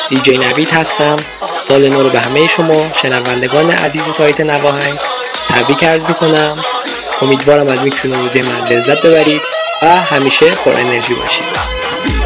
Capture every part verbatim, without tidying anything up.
دیجی نوید هستم. سال نو رو به همه شما شنوندگان عزیز سایت نواهنگ تبریک عرض میکنم. امیدوارم از میکس نوروزی من لذت ببرید و همیشه پر انرژی باشید.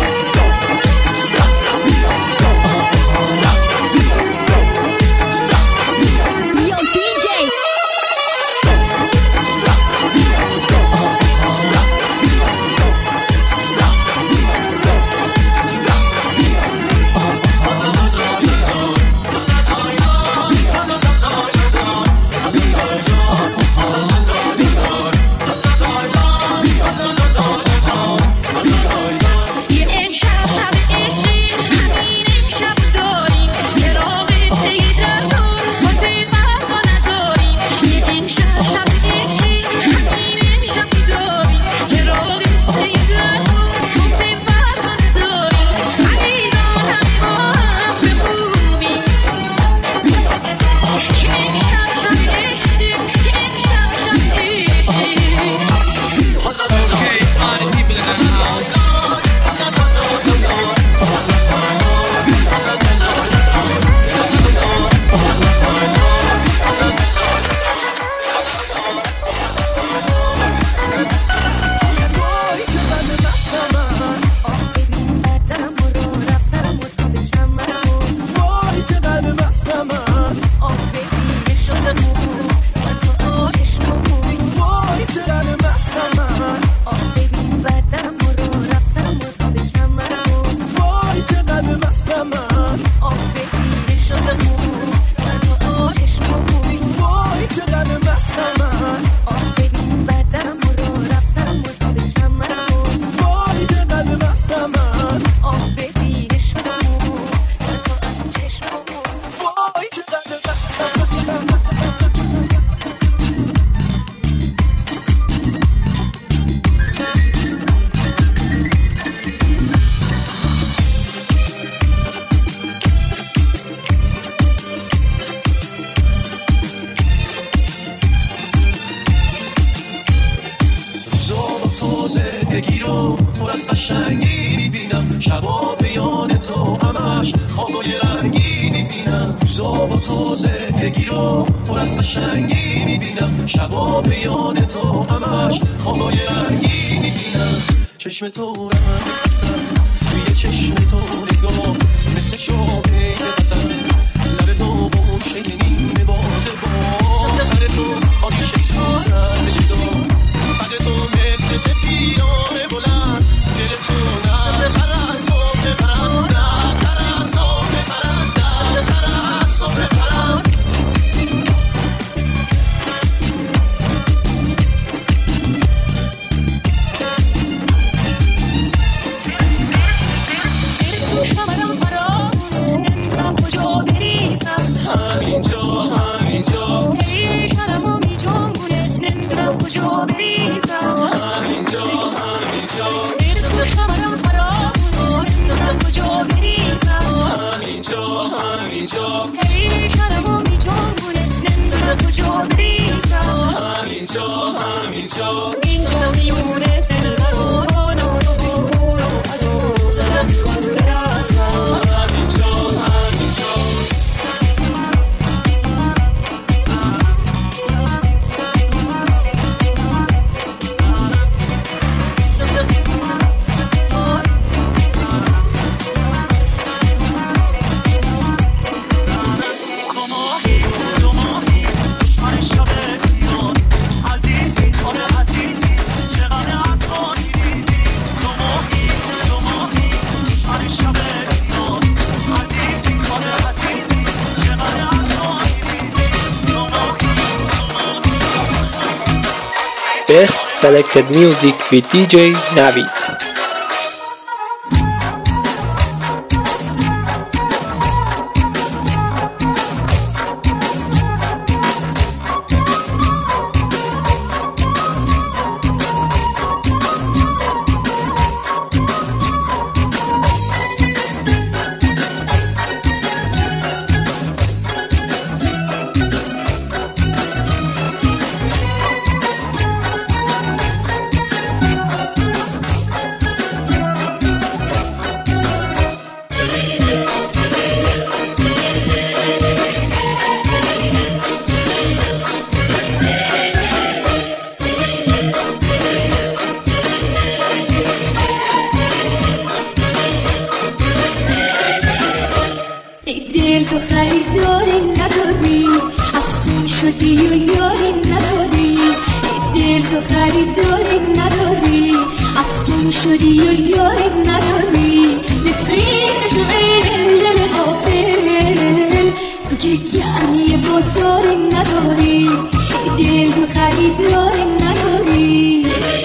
چشم تو رقصم توی چشم تو نگاه مثل شعله غزل لب تو گوشه نیمه باز با در تو آتیش سوزد دلدار بعد تو مثل سپیدان بلند دل تو نه تر از صبح پرند نه تر از صبح پرند نه تر از صبح پرند اینجا میمونه Best selected music with D J Navid. دل تو خریداری نداری، افسون شدی و یاری نداری. دل تو خریداری نداری، افسون شدی و یاری نداری. نفرین تو این دل غافل، تو که یعنی بازاری نداری. دل تو خریداری نداری.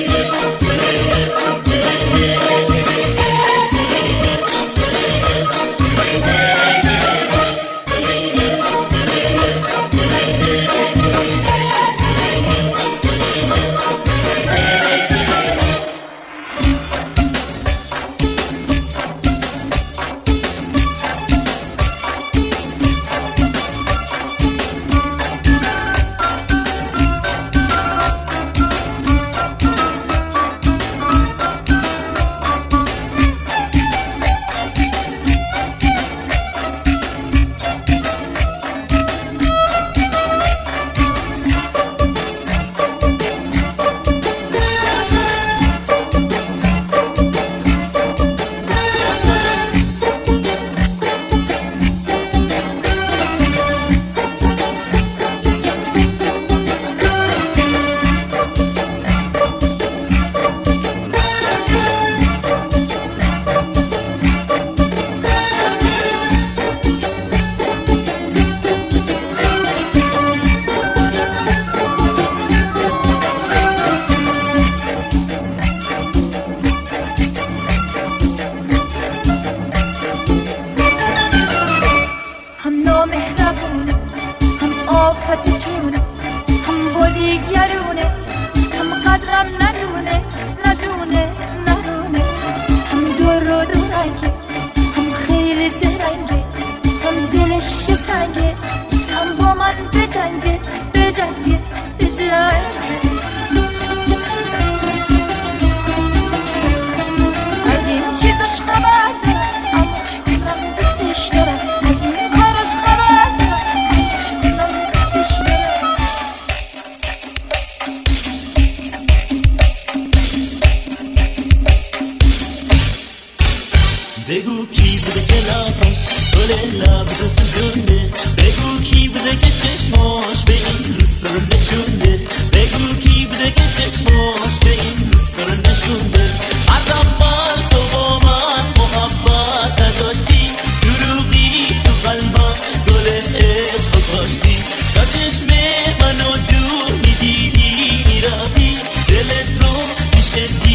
بگو کی بوده که لباش گل لب سوزونده، بگو کی بوده که چشماش به این روستا رو نشونده، بگو کی بوده که چشماش به این روستا رو نشونده. از اول تو با من محبت نداشتی، دروغی تو قلبم گل عشق کاشتی. تا چشم منو دور میدیدی میرفتی، دلت رو پیش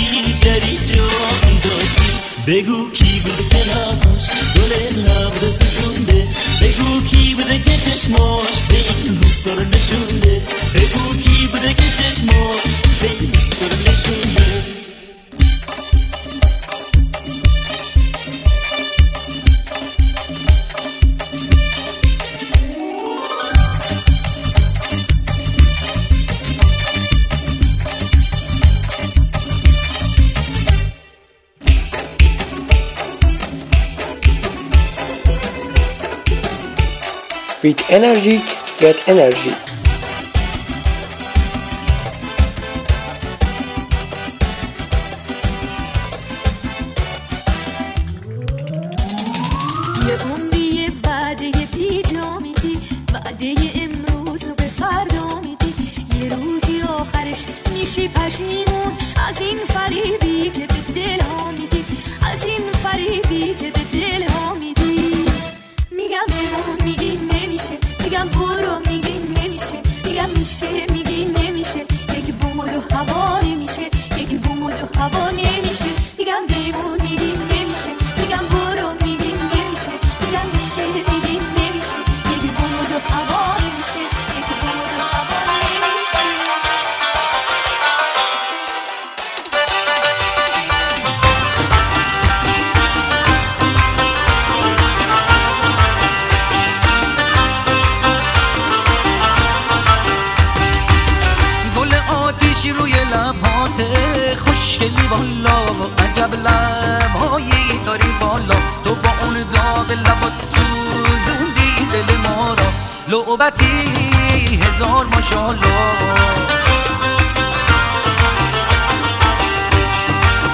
دیگری جا میداشتی. بگو کی بوده که لباش گل لب سوزونده، بگو کی بوده که چشماش به این روستا رو نشونده، بگو کی بوده که چشماش به این روستا رو نشونده. With energy, get energy. یه عمری بعده بی جا میدی، بعده امروز رو به فردا میدی. یه روزی آخرش میشی پشیمون از این فریبی که به دل ها میدی، از این فریبی که به دل ها میدی. میگم بمون میگی نمیشه، میگم برو میگی نمیشه، میگم میشه میگی نمیشه. یکی بومود و هوا نمیشه، یکی بومود و هوا نمیشه. میگم بمون میگی نمیشه، میگم برو میگی نمیشه، میگم میشه میگی نمیشه. یکی بومود و هوا نمیشه، یکی بومود و هوا نمیشه. روی لبهاته خوشگلی والا، عجب لبهایی داری والا. تو با اون داغ لبات سوزوندی دل ما را، لعبتی هزار ماشاءالله.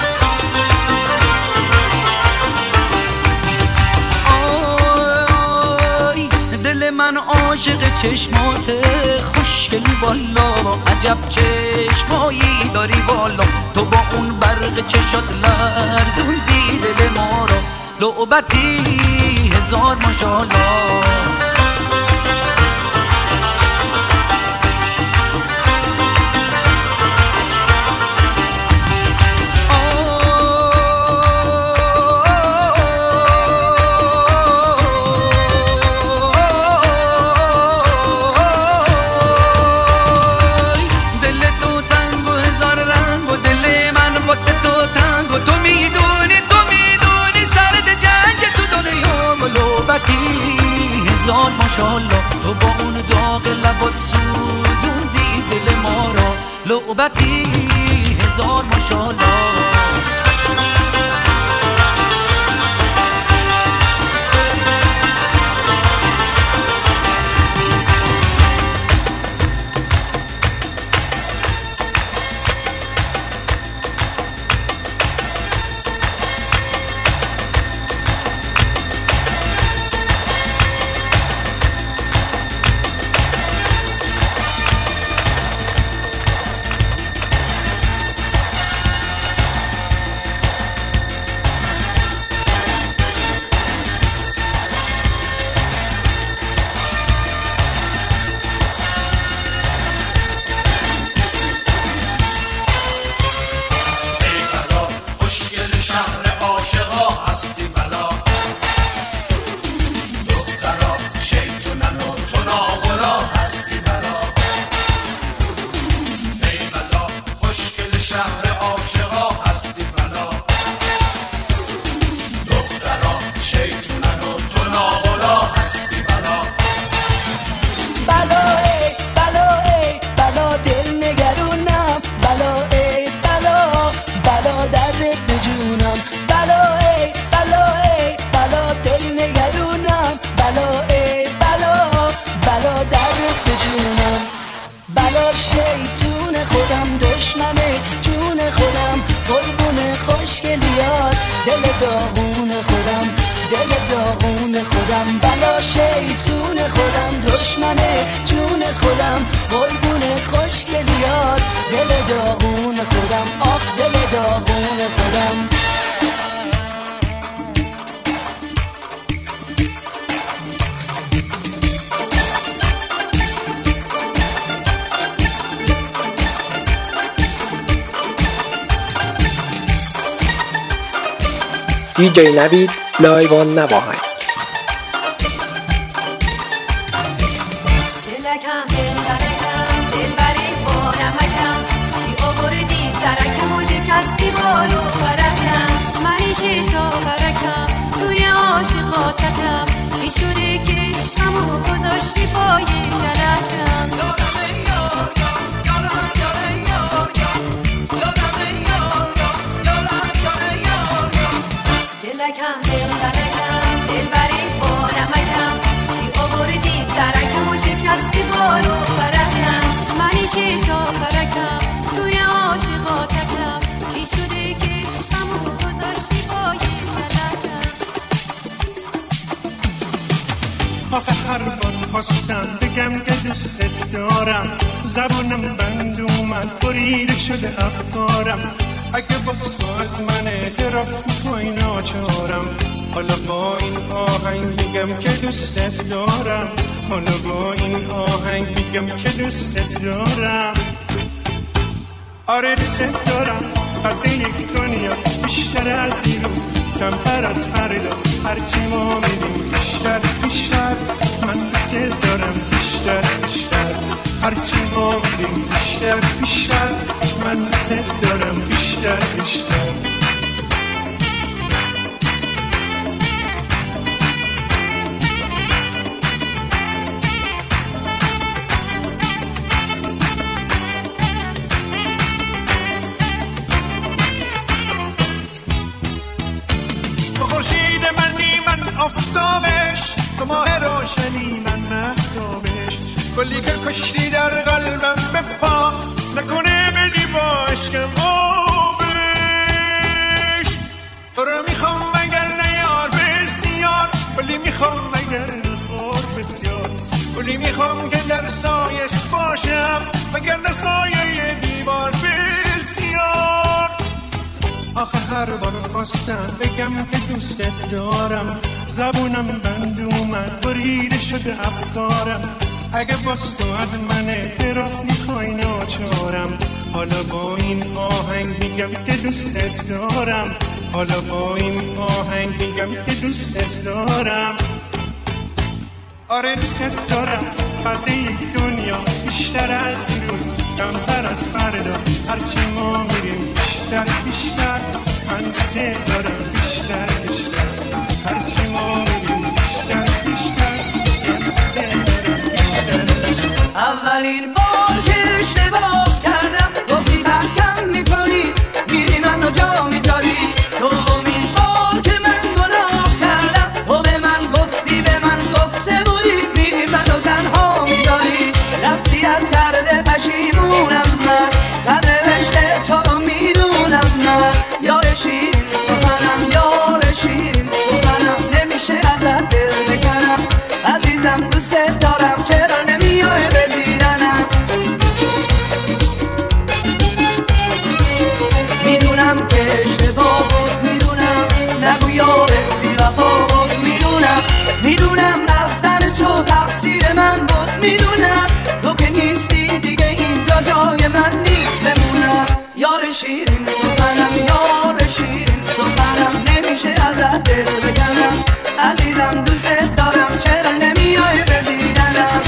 آه عاشق چشمات خوشگلی والا، عجب چشمایی داری والا، تو با اون برق چشات لرزوندی دل ما را، لعبتی هزار ماشاءالله. هزار ماشاءالله، تو با اون داغ لبات سوزوندی دل ما را، لعبتی هزار ماشاءالله. دی جی نوید لایو آن نواهنگ. چی شده که شمو گذاشتی پای جلکم؟ دلکم دل سرکم دل بری بارمکم، چی آوردی سرکم و شکستی بالو برکم، منی که شاپرکم توی عاشقاتکم، چی شده که شمو گذاشتی پای جلکم؟ آخه هر بار خواستم بگم که دستت دارم، زبونم بند اومد بریده شده افکارم، اگه باز تو از من اعتراف میکنی ناچارم، حالا با این آهنگ میگم که دوستت دارم، حالا با این آهنگ میگم که دوستت دارم. آره دوستت دارم، قد یک دنیا بیشتر از دیروز، کمتر از فردا، هرچی ما میدیم بیشتر بیشتر، من دوستت دارم بیشتر بیشتر، هرچی ما میدیم بیشتر بیشتر، من دوستت دارم بیشتر بیشتر. خورشید منی من آفتابش، تو ماه روشنی من مهتابش، گلی که کشتی در قلبم بپا، نکنه بدی با عشقم آبش. تو رو میخوام مگر نیار بسیار، ولی میخوام مگر نخور بسیار، گلی میخوام که در سایش باشم وگرنه سایه دیوار بسیار. آخه هر بار خواستم بگم که دوستت دارم زبونم بند اومد بریده شده افکارم. اگه باز تو از من اعتراف میخوای ناچارم. حالا با این آهنگ میگم که دوستت دارم. حالا با این آهنگ میگم که دوستت دارم. آره دوستت دارم. فرد یک دنیا بیشتر از دیروز کمتر از فردا. هرچی ما میریم بیشتر بیشتر من دوستت دارم. بیشتر بیشتر هرچی ما میریم بیشتر بیشتر من دوستت دارم. بیشتر بیشتر اولین بار که اشتباه کردم گفتی ترکم میکنی میری منو جا میذاری. دومین بار که من گناه کردم تو به من گفتی به من گفته بودی میری منو تنها میذاری. رفتی از کرده پشیمونم من قدر عشق تو رو میدونم من. یار شیرین سخنم یار شیرین سخنم نمیشه ازت دل بکنم. عزیزم دوست دارم چرا نمیای بدیدنم. میدونم که اشتباه بود میدونم نگو یار بی‌وفا بود میدونم. میدونم رفتن تو تقصیر من بود میدونم. تو که نیستی دیگه اینجا جای من نیست بمونم. یار شیرین سخنم یار شیرین سخنم نمیشه ازت دل بکنم. عزیزم دوست دارم چرا نمیای بدیدنم.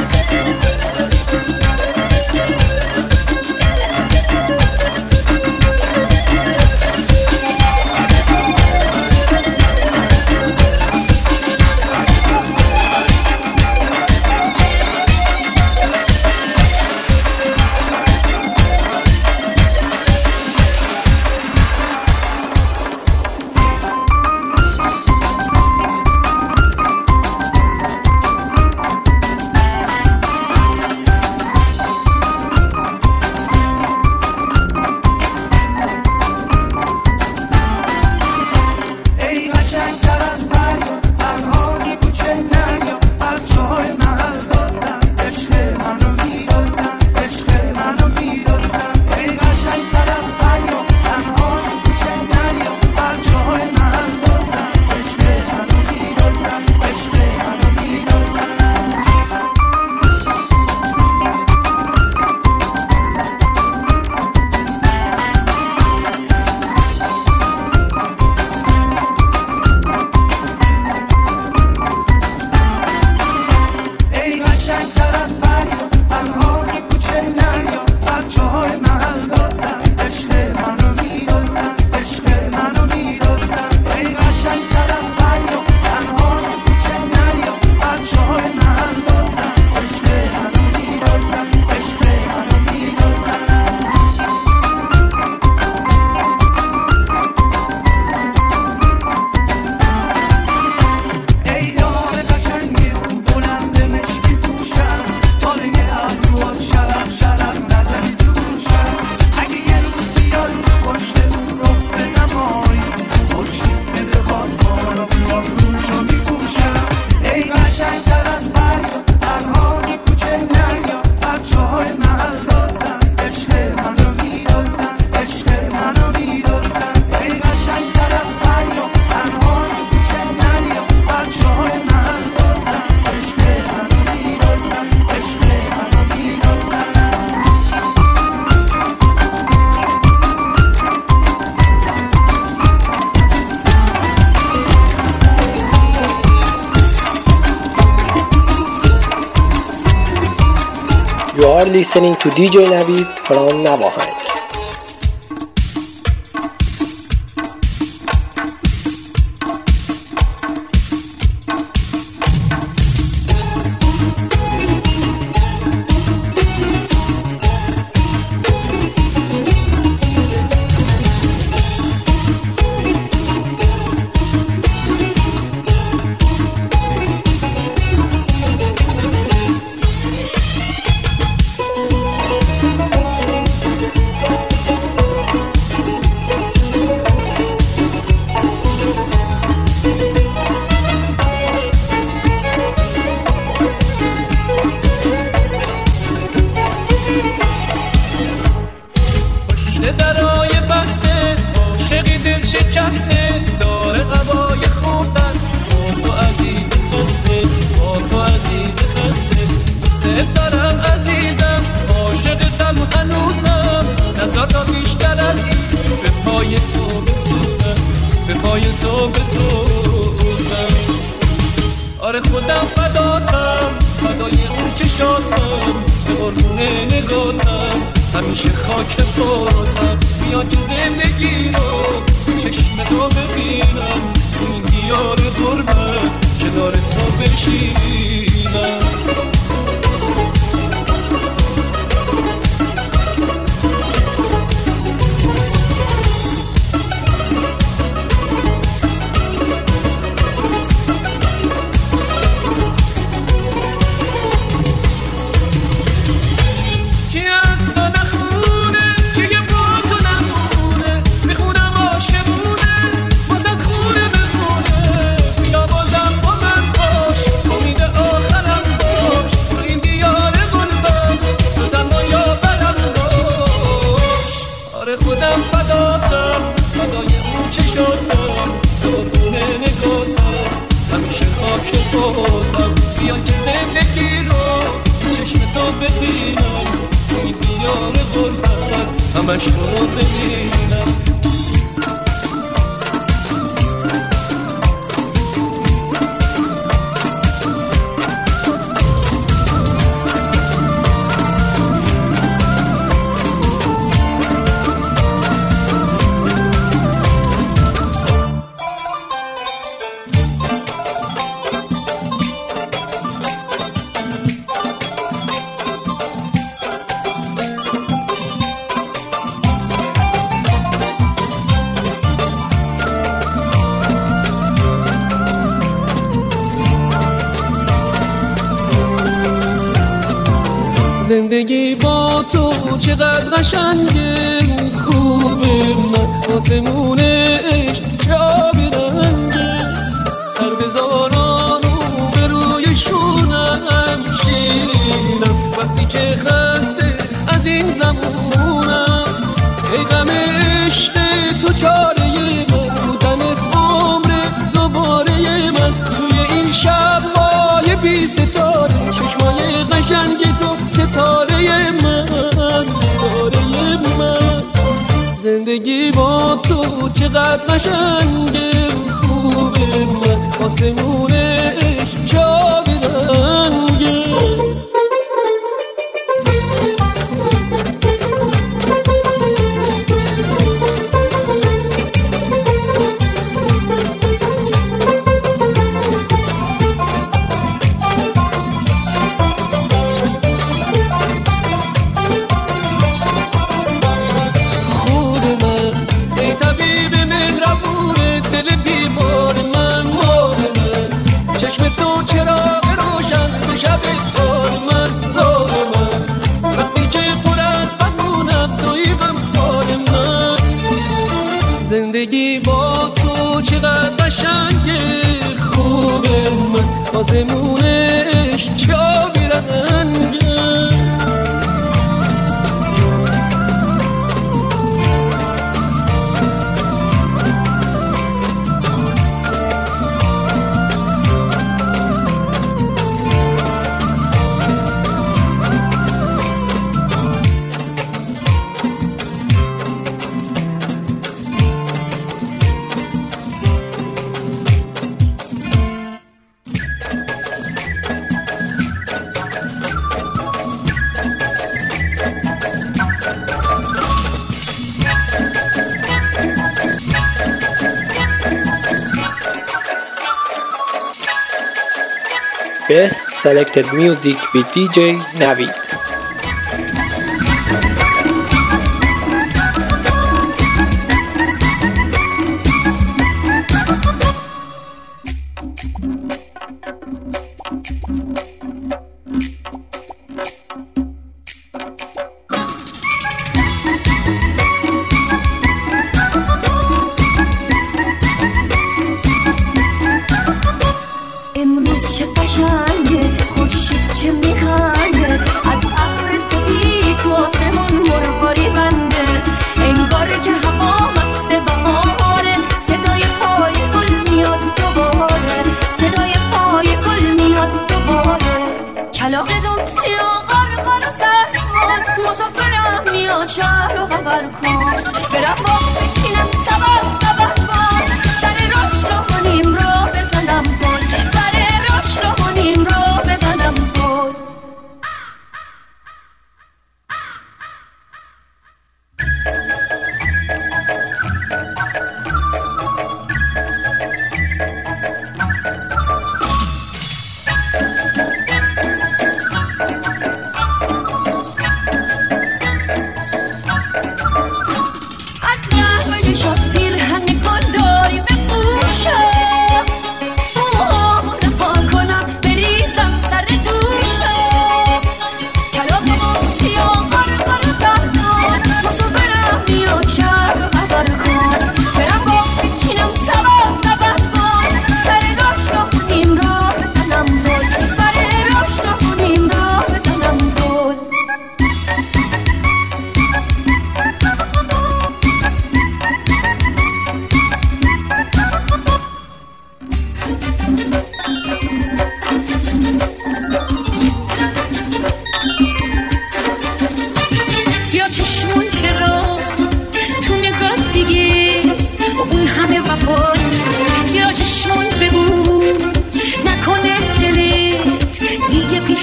You are listening to D J Navid from Navahang. همیشه خاک پاتم. بیا که زندگی رو چشم تو ببینم، تو این دیار غربت کنار تو بشینم. بیا که زندگی رو چشم تو ببینم، توی دیار غربت همش تو رو ببینم. زندگی با تو چقدر قشنگه، خوبه من آسمونش چابی رنگه، سر بزاران و به روی شونم شیرینم، وقتی که خسته از این زمونم. ای غم عشق تو چاره من، بودنت عمر دوباره من، توی این شب‌های بی ستاره، چشمای قشنگ تو ستاره من، ستاره من. زندگی با تو چقدر قشنگه، خوبه من آسمونش چابی رنگه. زندگی با تو چقدر قشنگه، خوبه من آسمونش چابی رنگه. Best selected music with D J Navid.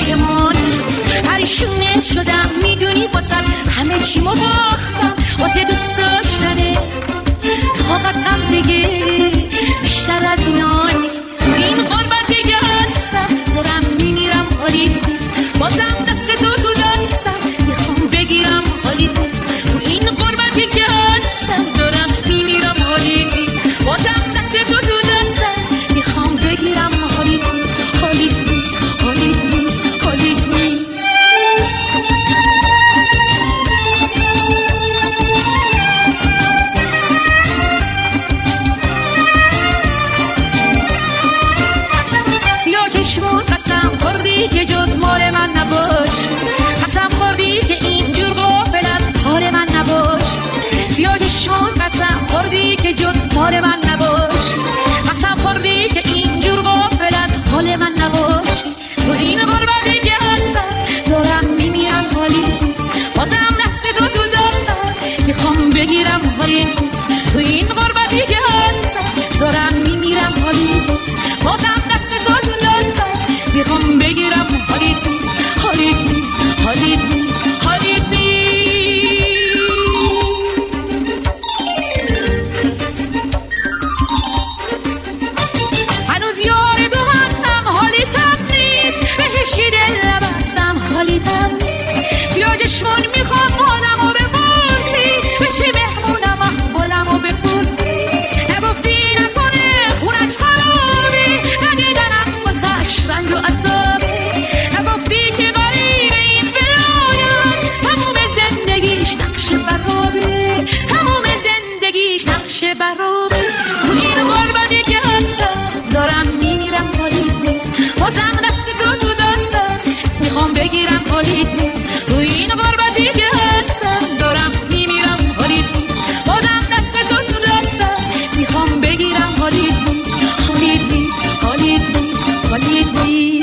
ما نیست. پریشونت شدم میدونی واسم همه چی مو باختم واسه دوست داشتنه. طاقتم دیگه بیشتر از اینا نیست. تو این غربت دیگه هستم دارم میمیرم حالیت نیست. بازم دست تو تو دستم میخوام بگیرم حالیت نیست. تو این غربت دیگه هستم دارم میمیرم حالیت نیست. بازم دست تو تو دستم میخوام بگیرم حالیت نیست. حالیت نیست حالیت نیست حالیت نیست. سیاه چشمون قسم خوردی که جز مال من نباش. قسم خوردی که اینجور غافلت حال من نباش. سیاه چشمون قسم خوردی که جز مال من نباش. قسم خوردی که اینجور غافلت حال من نباش. تو این غربتی که هستم دارم میمیرم حالیت نیست. بازم دست تو تو دستم میخوام بگیرم حالیت نیست. تو این غربتی که هستم دارم میمیرم حالیت نیست. بازم دست تو تو دستم میخوام بگیرم حالیت نیست. حالیت نیست حالیت نیست حالیت نیست. هنوز یار تو هستم حالیتم نیست. به هیچکی دل نبستم حالیتم نیست. سیاه چشمون میخوام حالمو بپرسی. بشی مهمونم احوالمو بپرسی. نگفتی نکنه خونش خرابی. ندیدنم واسش رنج و عذابی. نگفتی که غریب این ولایت تموم زندگیش نقش برابی. تموم زندگیش نقش برابی. تو این غربتی که هستم دارم میمیرم حالیت نیست. بازم دست تو تو دستم میخوام بگیرم حالیت نیست. تو این غربتی که هستم دارم میمیرم حالیت نیست. بازم دست تو تو دستم میخوام بگیرم حالیت نیست. حالیت نیست حالیت نیست حالیت نیست.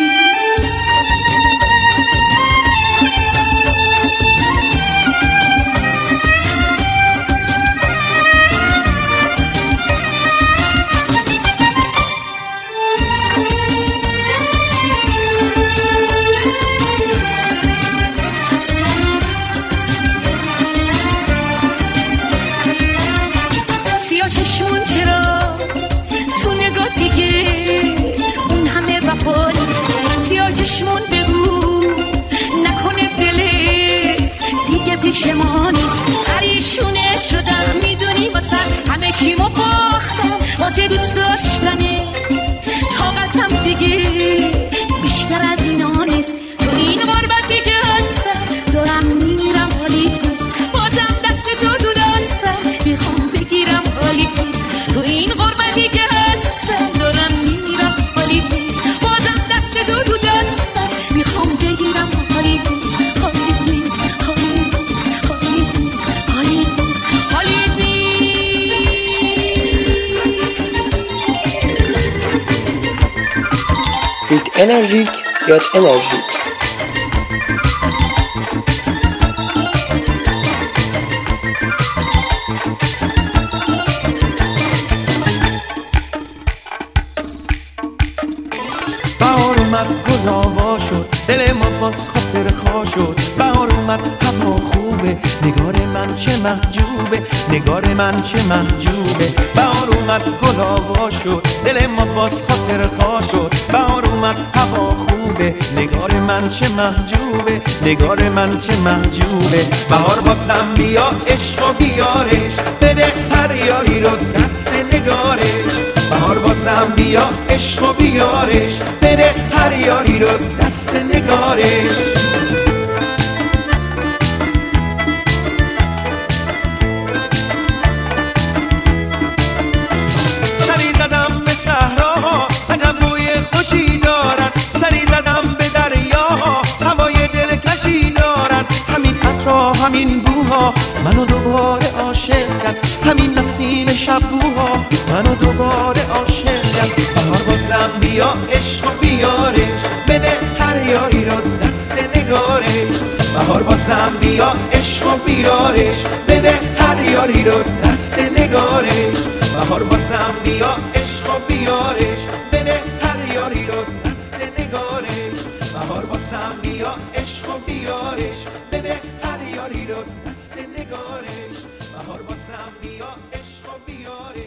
سیاه چشمون چرا تو نگاه دیگه اون همه وفا نیست. سیاه چشمون بگو نکنه دلت دیگه پیش ما نیست. پریشونه شدم میدونی واسه همه چی مو باختم واسه دوست داشتنه. طاقتم دیگه بیشتر از اینا نیست. تو این غربتی که هستم دارم میمیرم حالیت نیست. بازم دست تو تو دستم میخوام بگیرم حالیت نیست. تو این غربتی که هستم دارم میمیرم حالیت نیست. بازم دست تو تو دستم میخوام بگیرم حالیت نیست. حالیت نیست حالیت نیست حالیت نیست حالیت نیست حالیت نیست. بیت انرژیک یا انرژیک. بهار اومد گل آوا شد دل ما باز خاطر خوا شد. بهار اومد هوا خوبه نگار من چه محجوبه. نگار من چه محجوبه. بهار اومد گل آوا شد دل ما باز خاطر خوا شد. بهار اومد هوا خوبه نگار من چه محجوبه. نگار من چه محجوبه. بهار بازم بیا عشق و بیارش بده هر یاری رو دست نگارش. بهار بازم بیا عشق و بیارش بده هر یاری رو دست نگارش. سری زدم به صحراها عجب بوی خوشی دارن. سری زدم به دریاها هوای دلکشی دارن. همین عطرها همین بوها منو دوباره عاشق کرد. همین نسیم شبوها منو دوباره عاشق کرد. بهار بازم بیا عشق و بیارش بده هر یاری رو دست نگارش. بهار بازم بیا عشق و بیارش بده هر یاری رو دست نگارش. بهار بازم بیا عشق و بیارش بده هر یاری رو دست نگارش. بهار باسم بیا عشق و بیارش بده هر یاری رو دست نگارش بهار باسم بیا عشق و بیارش